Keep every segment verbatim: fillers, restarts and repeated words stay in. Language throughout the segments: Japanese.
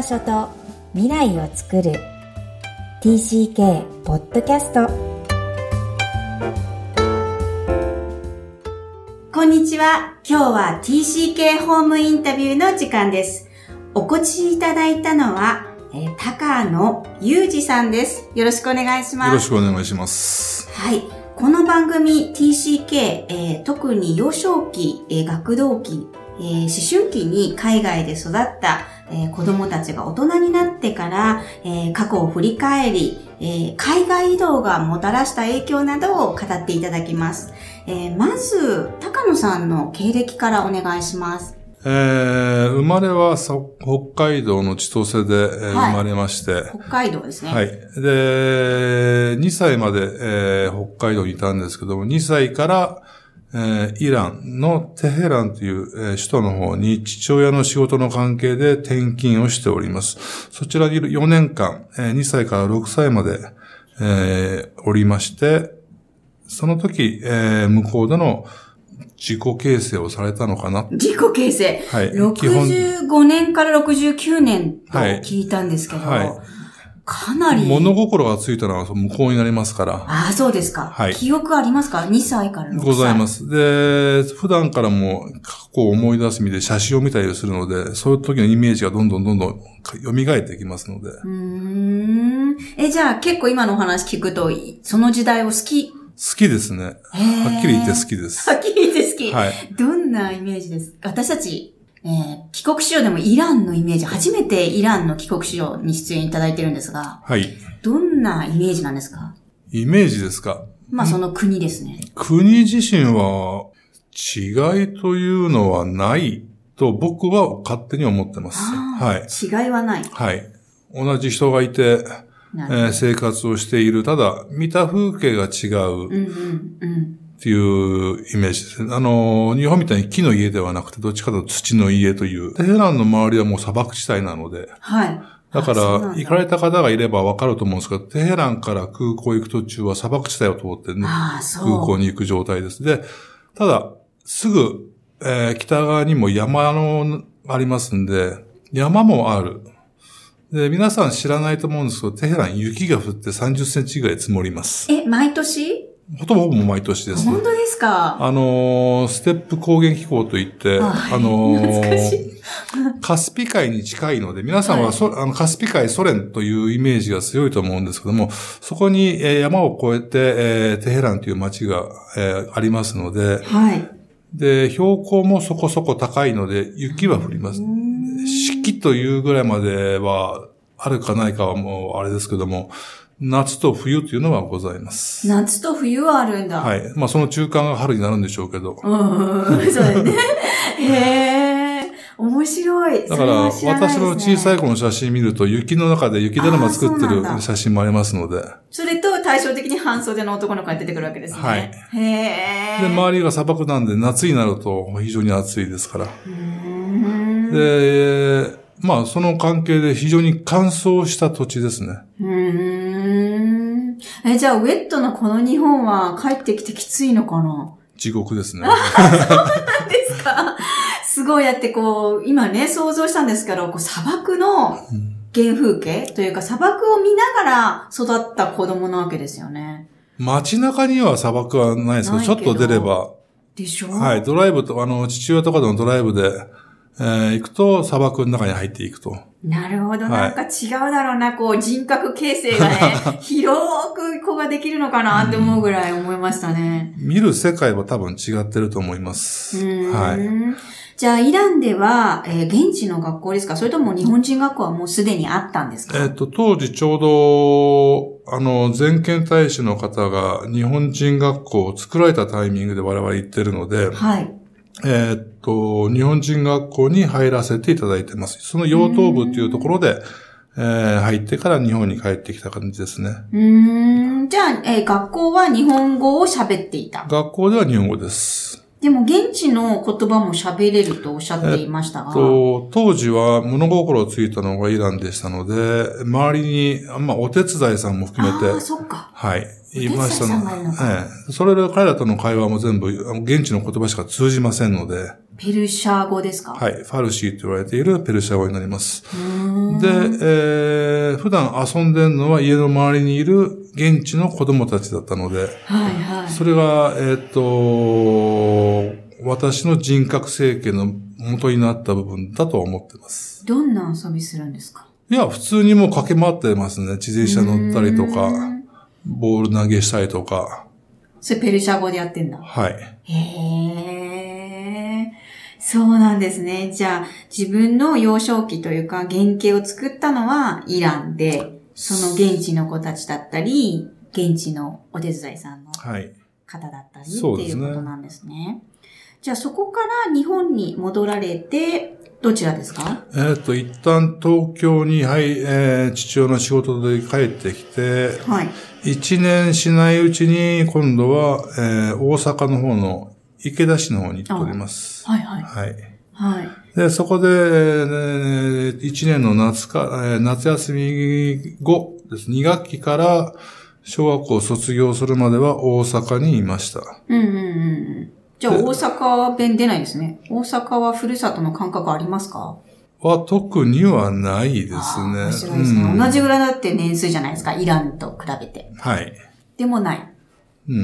場所と未来をつくる ティーシーケー ポッドキャスト。こんにちは。今日は ティーシーケー ホームインタビューの時間です。お越しいただいたのは、えー、高野裕二さんです。よろしくお願いします。 よろしくお願いします。 はい。この番組 ティーシーケー、えー、特に幼少期、えー、学童期、えー、思春期に海外で育った、えー、子供たちが大人になってから、えー、過去を振り返り、えー、海外移動がもたらした影響などを語っていただきます。えー、まず、高野さんの経歴からお願いします。 えー、生まれは北海道の千歳で、えーはい、生まれまして。 北海道ですね。 はい。で、にさいまで、えー、北海道にいたんですけども、にさいから、えー、イランのテヘランという、えー、首都の方に父親の仕事の関係で転勤をしております。そちらによねんかん、えー、にさいからろくさいまで、えー、おりまして、その時、えー、向こうでの自己形成をされたのかな。 自己形成。 はい。 ろくじゅうごねんからろくじゅうきゅうねんと聞いたんですけど、はいはい、かなり。 物心がついたのは向こうになりますから。 ああ、そうですか。 はい。 記憶ありますか ?に 歳からろくさい。 ございます。で、普段からも過去を思い出す意味で写真を見たりするので、そういう時のイメージがどんどんどんどん蘇ってきますので。 うーん。え、じゃあ結構今のお話聞くと、その時代を好き好きですね。はっきり言って好きです。 はっきり言って好き。 はい。 どんなイメージですか？私たち、えー、帰国子女でもイランのイメージ、初めてイランの帰国子女に出演いただいてるんですが、 はい。 どんなイメージなんですか？ イメージですか？ まあその国ですね。 国自身は違いというのはないと僕は勝手に思ってます。はい。 違いはない。 はい。同じ人がいて、えー、生活をしている。ただ、見た風景が違うっていうイメージですね。あの、日本みたいに木の家ではなくて、どっちかというと土の家という。テヘランの周りはもう砂漠地帯なので。 はい。 だから、行かれた方がいればわかると思うんですけど、テヘランから空港行く途中は砂漠地帯を通って、ね、空港に行く状態です。で、ただ、すぐ、えー、北側にも山のありますんで、山もある。で、皆さん知らないと思うんですけど、テヘラン雪が降ってさんじゅっセンチぐらい積もります。 え、毎年？ ほとんど毎年です。 本当ですか？ あのー、ステップ高原気候といって、あ、あのー、カスピ海に近いので、皆さんはそ、はい、あのカスピ海ソ連というイメージが強いと思うんですけども、そこに、えー、山を越えて、えー、テヘランという町が、えー、ありますので、 はい。 で、標高もそこそこ高いので、雪は降ります。四季というぐらいまではあるかないかはもうあれですけども、夏と冬というのはございます。 夏と冬はあるんだ。 はい。まあその中間が春になるんでしょうけど。 うん、そうですね。へー。面白い。 だから、ね、私の小さい頃の写真見ると、雪の中で雪だるま作ってる写真もありますので。 それと対照的に半袖の男の子が出てくるわけですね。 はい。 へー。 で、周りが砂漠なんで、夏になると非常に暑いですから。うーん。で、まあ、その関係で非常に乾燥した土地ですね。 うーん。え、じゃあ、ウェットなこの日本は帰ってきてきついのかな？ 地獄ですね。 そうなんですか？すごいやってこう、今ね、想像したんですけど、こう砂漠の原風景というか砂漠を見ながら育った子供なわけですよね。 街中には砂漠はないですけど、ちょっと出れば。 でしょ？ はい、ドライブと、あの、父親とかでのドライブで、えー、行くと砂漠の中に入っていくと。 なるほど、はい、なんか違うだろうな、こう人格形成がね、広く子ができるのかなって思うぐらい思いましたね。 見る世界は多分違ってると思います。はい。 じゃあ、イランでは、えー、現地の学校ですか？それとも日本人学校はもうすでにあったんですか？ えっと、当時ちょうど、あの、全権大使の方が日本人学校を作られたタイミングで我々行ってるので、 はい。 えっと、日本人学校に入らせていただいてます。その養豚部というところで、えー、入ってから日本に帰ってきた感じですね。 うーん。じゃあ、えー、学校は日本語を喋っていた？ 学校では日本語です。 でも現地の言葉も喋れるとおっしゃっていましたが、えっと、当時は物心ついたのがイランでしたので、周りに、まあ、お手伝いさんも含めて、 あ、そっか。 はい、 いましたの。 ええ。それで彼らとの会話も全部、現地の言葉しか通じませんので。 ペルシャ語ですか？ はい。ファルシーと言われているペルシャ語になります。で、えー、普段遊んでるのは家の周りにいる現地の子供たちだったので、 はいはい。 それが、えっと、私の人格整形の元になった部分だと思ってます。 どんな遊びするんですか？ いや、普通にもう駆け回ってますね。自転車乗ったりとか、ボール投げしたりとか。 それペルシャ語でやってんだ。 はい。 へー。そうなんですね。じゃあ、自分の幼少期というか、原型を作ったのはイランで、その現地の子たちだったり、現地のお手伝いさんの方だったり、はい、っていうことなんですね。じゃあ、そこから日本に戻られて、どちらですか？ えっと、一旦東京に、はい、えー、父親の仕事で帰ってきて、はい。一年しないうちに、今度は、えー、大阪の方の池田市の方に行っております。 はいはい。 はい。 はい。 で、そこで、えー、一年の夏か、えー、夏休み後です。二学期から小学校を卒業するまでは大阪にいました。 うんうんうん。じゃあ大阪弁出ないですね。大阪はふるさとの感覚ありますか？ は特にはないですね。 面白いですね、うん。同じぐらいだって年数じゃないですか。イランと比べて。 はい。 でもない。 うん。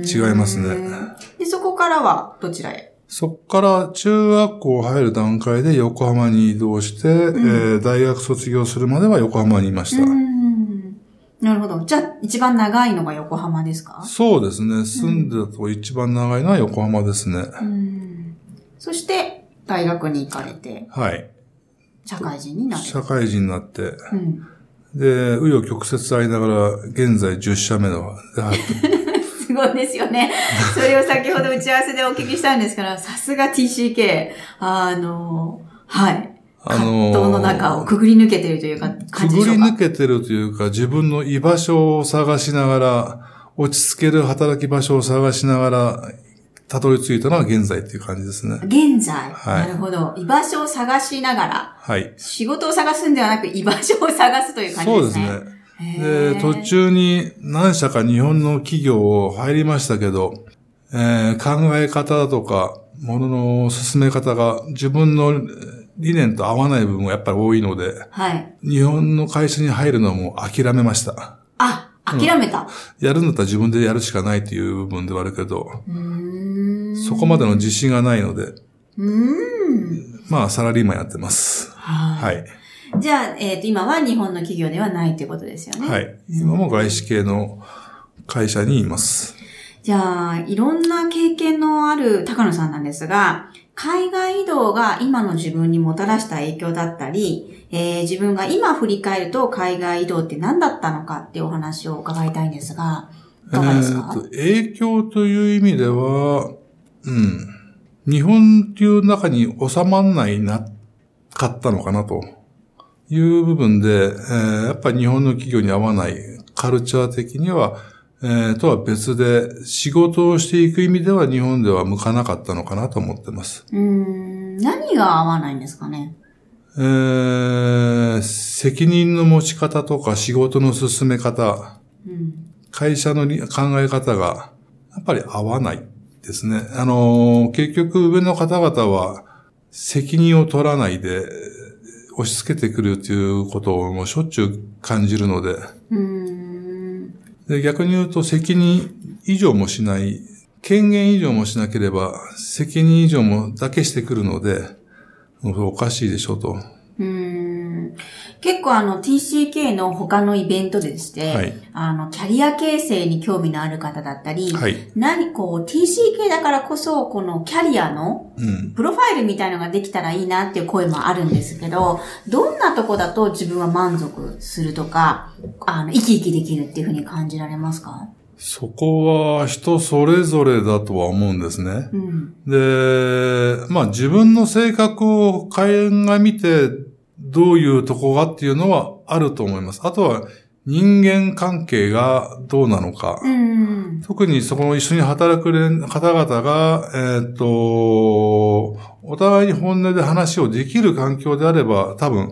違いますね。 で、そこからはどちらへ？ そこから中学校入る段階で横浜に移動して、うん、えー、大学卒業するまでは横浜にいました。 うんなるほど。じゃあ、一番長いのが横浜ですか？ そうですね。住んでたと一番長いのは横浜ですね。 うん、そして、大学に行かれて。 はい。 社会人になる。 社会人になって。 うん、 で、紆余曲折ありながら、現在じゅっ社目の。 すごいですよね。それを先ほど打ち合わせでお聞きしたんですから、さすが ティーシーケー。あの、はい。あのー、葛藤の中をくぐり抜けてるというか、感じでしょうか。 くぐり抜けてるというか、自分の居場所を探しながら、落ち着ける働き場所を探しながら、たどり着いたのは現在っていう感じですね。 現在、はい、なるほど。居場所を探しながら、はい。仕事を探すんではなく、居場所を探すという感じですね。 そうですね。で、途中に何社か日本の企業を入りましたけど、えー、考え方だとか、ものの進め方が自分の理念と合わない部分がやっぱり多いので、はい。日本の会社に入るのはもう諦めました。 あ、諦めた、 うん、やるんだったら自分でやるしかないという部分ではあるけど、うーんそこまでの自信がないので、うーんまあサラリーマンやってます。はい。はいじゃあ、えっと、今は日本の企業ではないということですよね。 はい。今も外資系の会社にいます。 じゃあ、いろんな経験のある高野さんなんですが、海外移動が今の自分にもたらした影響だったり、えー、自分が今振り返ると海外移動って何だったのかっていうお話を伺いたいんですが、いかがですか？ えーと、影響という意味では、うん。日本っていう中に収まんないなかったのかなと。いう部分で、えー、やっぱり日本の企業に合わないカルチャー的には、えー、とは別で仕事をしていく意味では日本では向かなかったのかなと思ってます。 うーん、何が合わないんですかね。 えー、責任の持ち方とか仕事の進め方、うん、会社の考え方がやっぱり合わないですね。あのー、結局上の方々は責任を取らないで押し付けてくるということをもうしょっちゅう感じるので、うーんで逆に言うと責任以上もしない、権限以上もしなければ責任以上もだけしてくるので、おかしいでしょと。 うーん結構あの ティーシーケー の他のイベントでして、はい、あのキャリア形成に興味のある方だったり、はい、何こう ティーシーケー だからこそこのキャリアのプロファイルみたいのができたらいいなっていう声もあるんですけど、どんなとこだと自分は満足するとか、あの生き生きできるっていうふうに感じられますか？ そこは人それぞれだとは思うんですね。うん、で、まあ自分の性格を鑑みてどういうとこがっていうのはあると思います。あとは人間関係がどうなのか。うん、特にそこの一緒に働く方々が、えっと、お互いに本音で話をできる環境であれば多分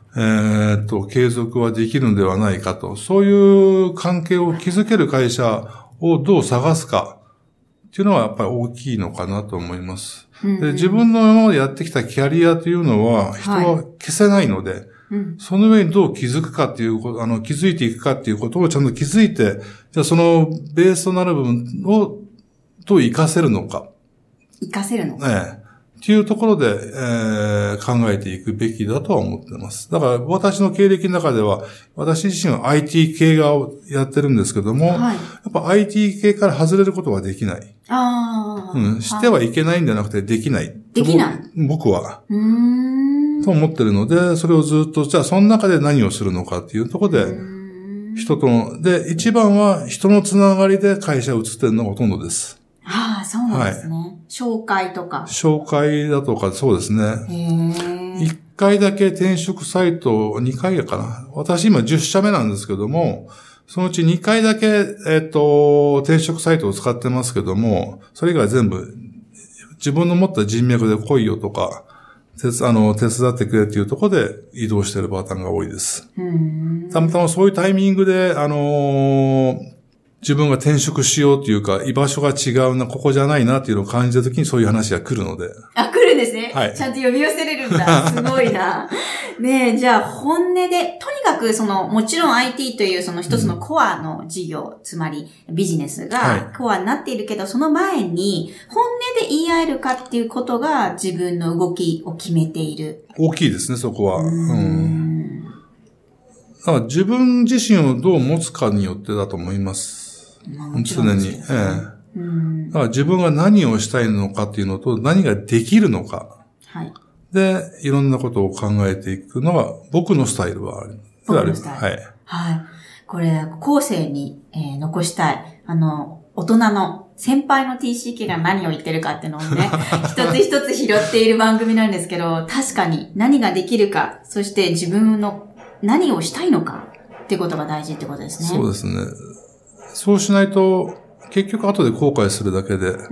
えーっと、継続はできるのではないかと。そういう関係を築ける会社をどう探すかっていうのはやっぱり大きいのかなと思います。うんうん、で自分の今までやってきたキャリアというのは人は消せないので、はいうん、その上にどう気づくかっていうこと、あの、気づいていくかっていうことをちゃんと気づいて、じゃあそのベースとなる部分をどう活かせるのか。 活かせるのか。 ええ。っていうところで、えー、考えていくべきだとは思っています。だから私の経歴の中では、私自身は アイティー 系がやってるんですけども、はい、やっぱ アイティー 系から外れることはできない。あうん、してはいけないんじゃなくてできない。 できない。 僕は。うーんと思ってるので、それをずっと、じゃあその中で何をするのかっていうところで、人との、で、一番は人のつながりで会社を移ってるのがほとんどです。 ああ、そうなんですね。はい、紹介とか。 紹介だとか、そうですね。へ一回だけ転職サイト、二回やかな。私今じゅっ社目なんですけども、そのうちにかいだけ、えっと、転職サイトを使ってますけども、それ以外全部、自分の持った人脈で来いよとか、手、あの、手伝ってくれっていうところで移動しているパターンが多いです。うんたまたまそういうタイミングで、あのー、自分が転職しようっていうか、居場所が違うな、ここじゃないなっていうのを感じたときにそういう話が来るので。 あ、来るんですね。 はい。 ちゃんと呼び寄せれるんだ。すごいな。ねえ、じゃあ本音で、とにかくその、もちろん アイティー というその一つのコアの事業、うん、つまりビジネスがコアになっているけど、はい、その前に、本音で言い合えるかっていうことが自分の動きを決めている。 大きいですね、そこは。うん。うんだから自分自身をどう持つかによってだと思います。常に、ええうん。だから自分が何をしたいのかっていうのと何ができるのか。はい。で、いろんなことを考えていくのが僕のスタイルはある。 僕のスタイル。はい。はい。これ、後世に、えー、残したい。あの、大人の先輩の ティーシーケー が何を言ってるかっていうのをね、一つ一つ拾っている番組なんですけど、確かに何ができるか、そして自分の何をしたいのかっていうことが大事ってことですね。 そうですね。そうしないと、結局後で後悔するだけで、うん、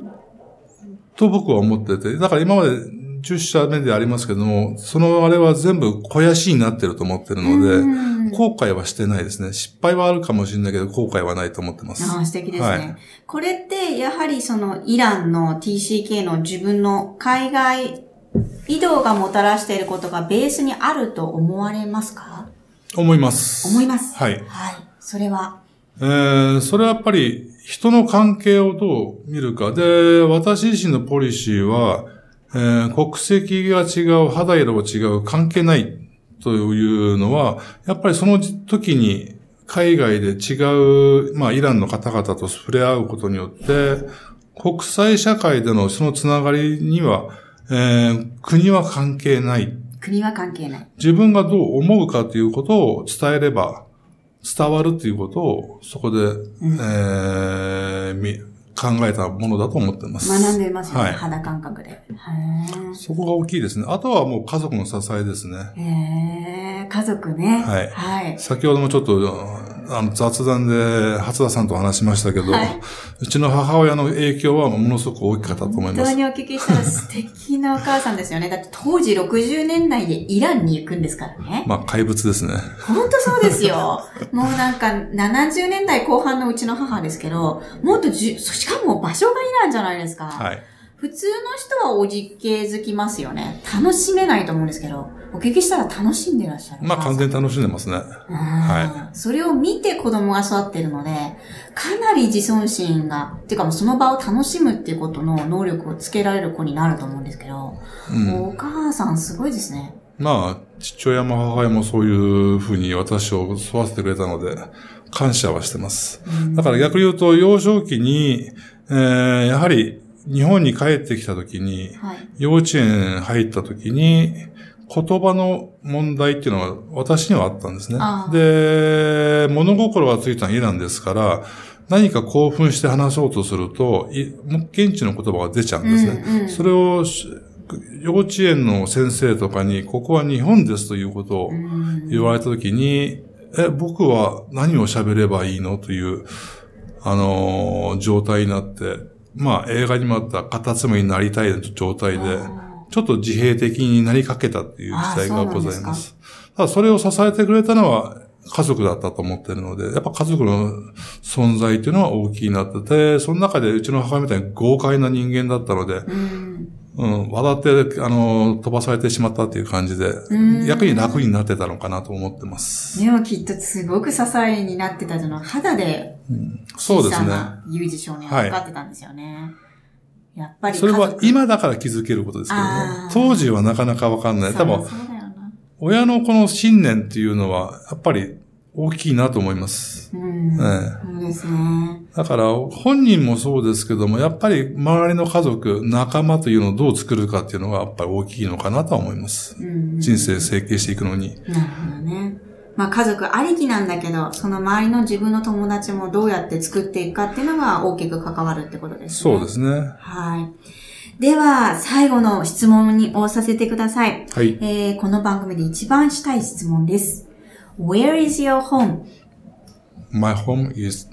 と僕は思ってて、だから今までじゅっ社目でありますけども、そのあれは全部肥やしになってると思ってるので、うん、後悔はしてないですね。失敗はあるかもしれないけど、後悔はないと思ってます。 ああ、素敵ですね。はい、これって、やはりそのイランの ティーシーケー の自分の海外移動がもたらしていることがベースにあると思われますか？ 思います。 思います。 はい。 はい。それはえー、それはやっぱり人の関係をどう見るか。で、私自身のポリシーは、えー、国籍が違う、肌色が違う、関係ないというのは、やっぱりその時に海外で違う、まあイランの方々と触れ合うことによって、国際社会でのそのつながりには、えー、国は関係ない。 国は関係ない。 自分がどう思うかということを伝えれば、伝わるということをそこで、うんえー、考えたものだと思っています。 学んでますよね、はい、肌感覚で。 そこが大きいですね。あとはもう家族の支えですね。 へー、家族ね。 はい。はい。先ほどもちょっとあの雑談で初田さんと話しましたけど、はい、うちの母親の影響はものすごく大きかったと思います。 本当にお聞きしたら素敵なお母さんですよね。だって当時ろくじゅうねんだいでイランに行くんですからね。 まあ怪物ですね。 本当そうですよ。もうなんかななじゅうねんだいこう半のうちの母ですけど、もっとじゅ、しかも場所がイランじゃないですか。はい。普通の人はお実家づきますよね。楽しめないと思うんですけど、お聞きしたら楽しんでらっしゃる。 まあ完全に楽しんでますね。はい。それを見て子供が育ってるので、かなり自尊心が、っていうかもうその場を楽しむっていうことの能力をつけられる子になると思うんですけど、うん、お母さんすごいですね。 まあ、父親も母親もそういうふうに私を育ててくれたので、感謝はしてます。うん、だから逆に言うと、幼少期に、えー、やはり日本に帰ってきたときに、はい、幼稚園入ったときに、言葉の問題っていうのが私にはあったんですね。で、物心がついたのはイランですから、何か興奮して話そうとすると、現地の言葉が出ちゃうんですね。うんうん、それを幼稚園の先生とかに、ここは日本ですということを言われたときに、え、僕は何を喋ればいいのという、あのー、状態になって、まあ映画にもあったカタツムリになりたい状態で、ちょっと自閉的になりかけたっていう時代がございます。 ただそれを支えてくれたのは家族だったと思ってるので、やっぱ家族の存在っていうのは大きいなってて、その中でうちの母親みたいに豪快な人間だったので、うんうん、笑って、あの、飛ばされてしまったっていう感じで、逆に楽になってたのかなと思ってます。 でもきっとすごく支えになってたじゃない、肌で、うん、そうですね。有事少年が分かってたんですよね。はい、やっぱりそれは今だから気づけることですけどね。当時はなかなか分かんない。多分、親のこの信念っていうのは、やっぱり大きいなと思います。うん。ね、そうですね。だから、本人もそうですけども、やっぱり周りの家族、仲間というのをどう作るかっていうのがやっぱり大きいのかなとは思います。うん、人生設計していくのに。 なるほどね。まあ家族ありきなんだけど、その周りの自分の友達もどうやって作っていくかっていうのが大きく関わるってことですね。 そうですね。 はい。では、最後の質問に応させてください。はい。えー、この番組で一番したい質問です。Where is your home? My home is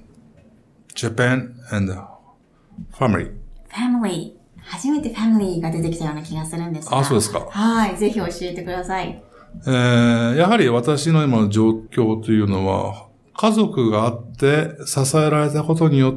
Japan and family. Family. 初めて family が出てきたような気がするんですが。 あ、そうですか。 はい。ぜひ教えてください。 えー、やはり私の今の状況というのは、家族があって支えられたことによって、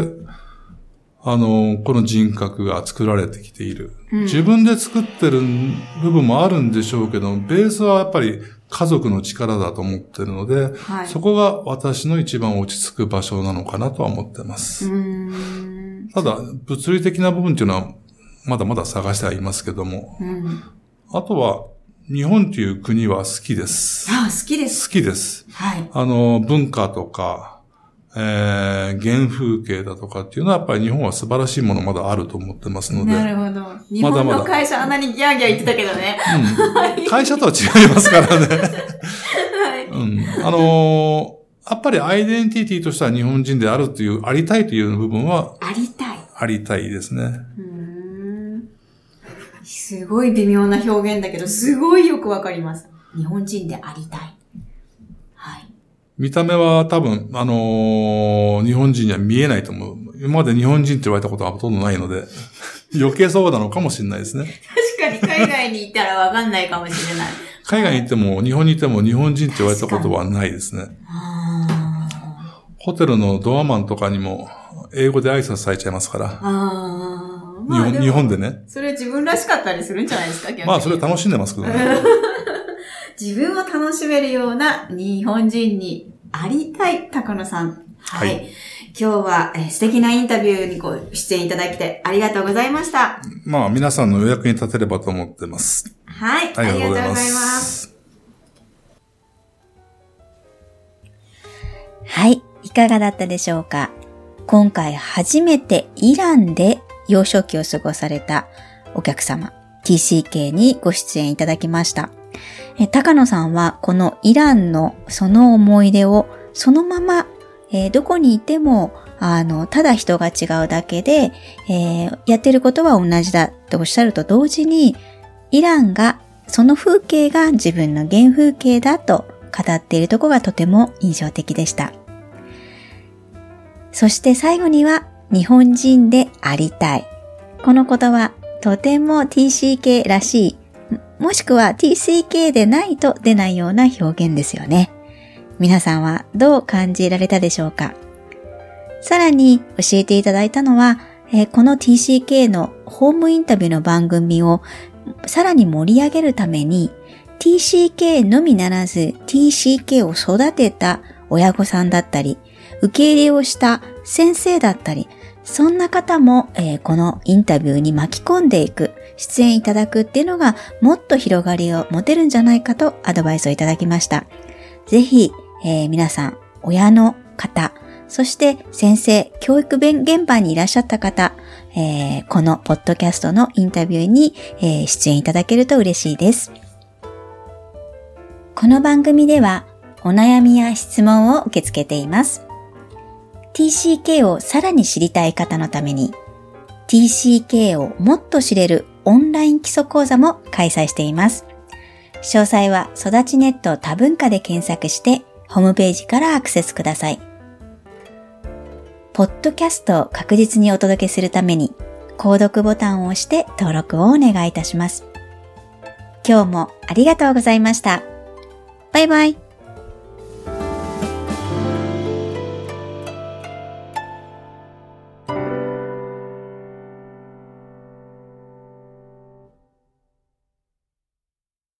あの、この人格が作られてきている。うん、自分で作ってる部分もあるんでしょうけど、ベースはやっぱり家族の力だと思ってるので、はい、そこが私の一番落ち着く場所なのかなとは思ってます。うーん、ただ、物理的な部分っていうのはまだまだ探してはいますけども、うん、あとは日本という国は好きです。 ああ、好きです。 好きです。はい。あの、文化とか、えー、原風景だとかっていうのはやっぱり日本は素晴らしいものまだあると思ってますので。 なるほど。日本の会社あんなにギャーギャー言ってたけどね。 うん、会社とは違いますからね。はい。うん。あのー、やっぱりアイデンティティとしては日本人であるという、ありたいという部分は。 ありたい。 ありたいですね。 うーん。すごい微妙な表現だけど、すごいよくわかります。日本人でありたい。はい。 見た目は多分、あのー、日本人には見えないと思う。今まで日本人って言われたことはほとんどないので、余計そうなのかもしれないですね。 確かに海外に行ったらわかんないかもしれない。 海外に行っても、日本に行っても日本人って言われたことはないですね。ホテルのドアマンとかにも英語で挨拶されちゃいますから。あまあ、日本、日本でね。 それ自分らしかったりするんじゃないですか、逆に。 まあ、それ楽しんでますけどね。 自分を楽しめるような日本人にありたい高野さん。はい。はい、今日は、えー、素敵なインタビューにご出演いただきてありがとうございました。 まあ皆さんのお役に立てればと思ってます。 はい。ありがとうございます。 はい。いかがだったでしょうか。今回初めてイランで幼少期を過ごされたお客様 ティーシーケー にご出演いただきました。え高野さんはこのイランのその思い出をそのまま、えー、どこにいてもあのただ人が違うだけで、えー、やってることは同じだとおっしゃると同時にイランがその風景が自分の原風景だと語っているところがとても印象的でした。そして最後には日本人でありたい。この言葉とても ティーシーケー らしい。もしくは ティーシーケー でないと出ないような表現ですよね。皆さんはどう感じられたでしょうか？さらに教えていただいたのは、えー、この ティーシーケー のホームインタビューの番組をさらに盛り上げるために ティーシーケー のみならず ティーシーケー を育てた親御さんだったり、受け入れをした先生だったり、そんな方も、えー、このインタビューに巻き込んでいく、出演いただくっていうのがもっと広がりを持てるんじゃないかとアドバイスをいただきました。ぜひ、えー、皆さん、親の方、そして先生、教育現場にいらっしゃった方、えー、このポッドキャストのインタビューに、えー、出演いただけると嬉しいです。この番組ではお悩みや質問を受け付けています。ティーシーケー をさらに知りたい方のために ティーシーケー をもっと知れるオンライン基礎講座も開催しています。詳細は育ちネット多文化で検索してホームページからアクセスください。ポッドキャストを確実にお届けするために購読ボタンを押して登録をお願いいたします。今日もありがとうございました。 バイバイ。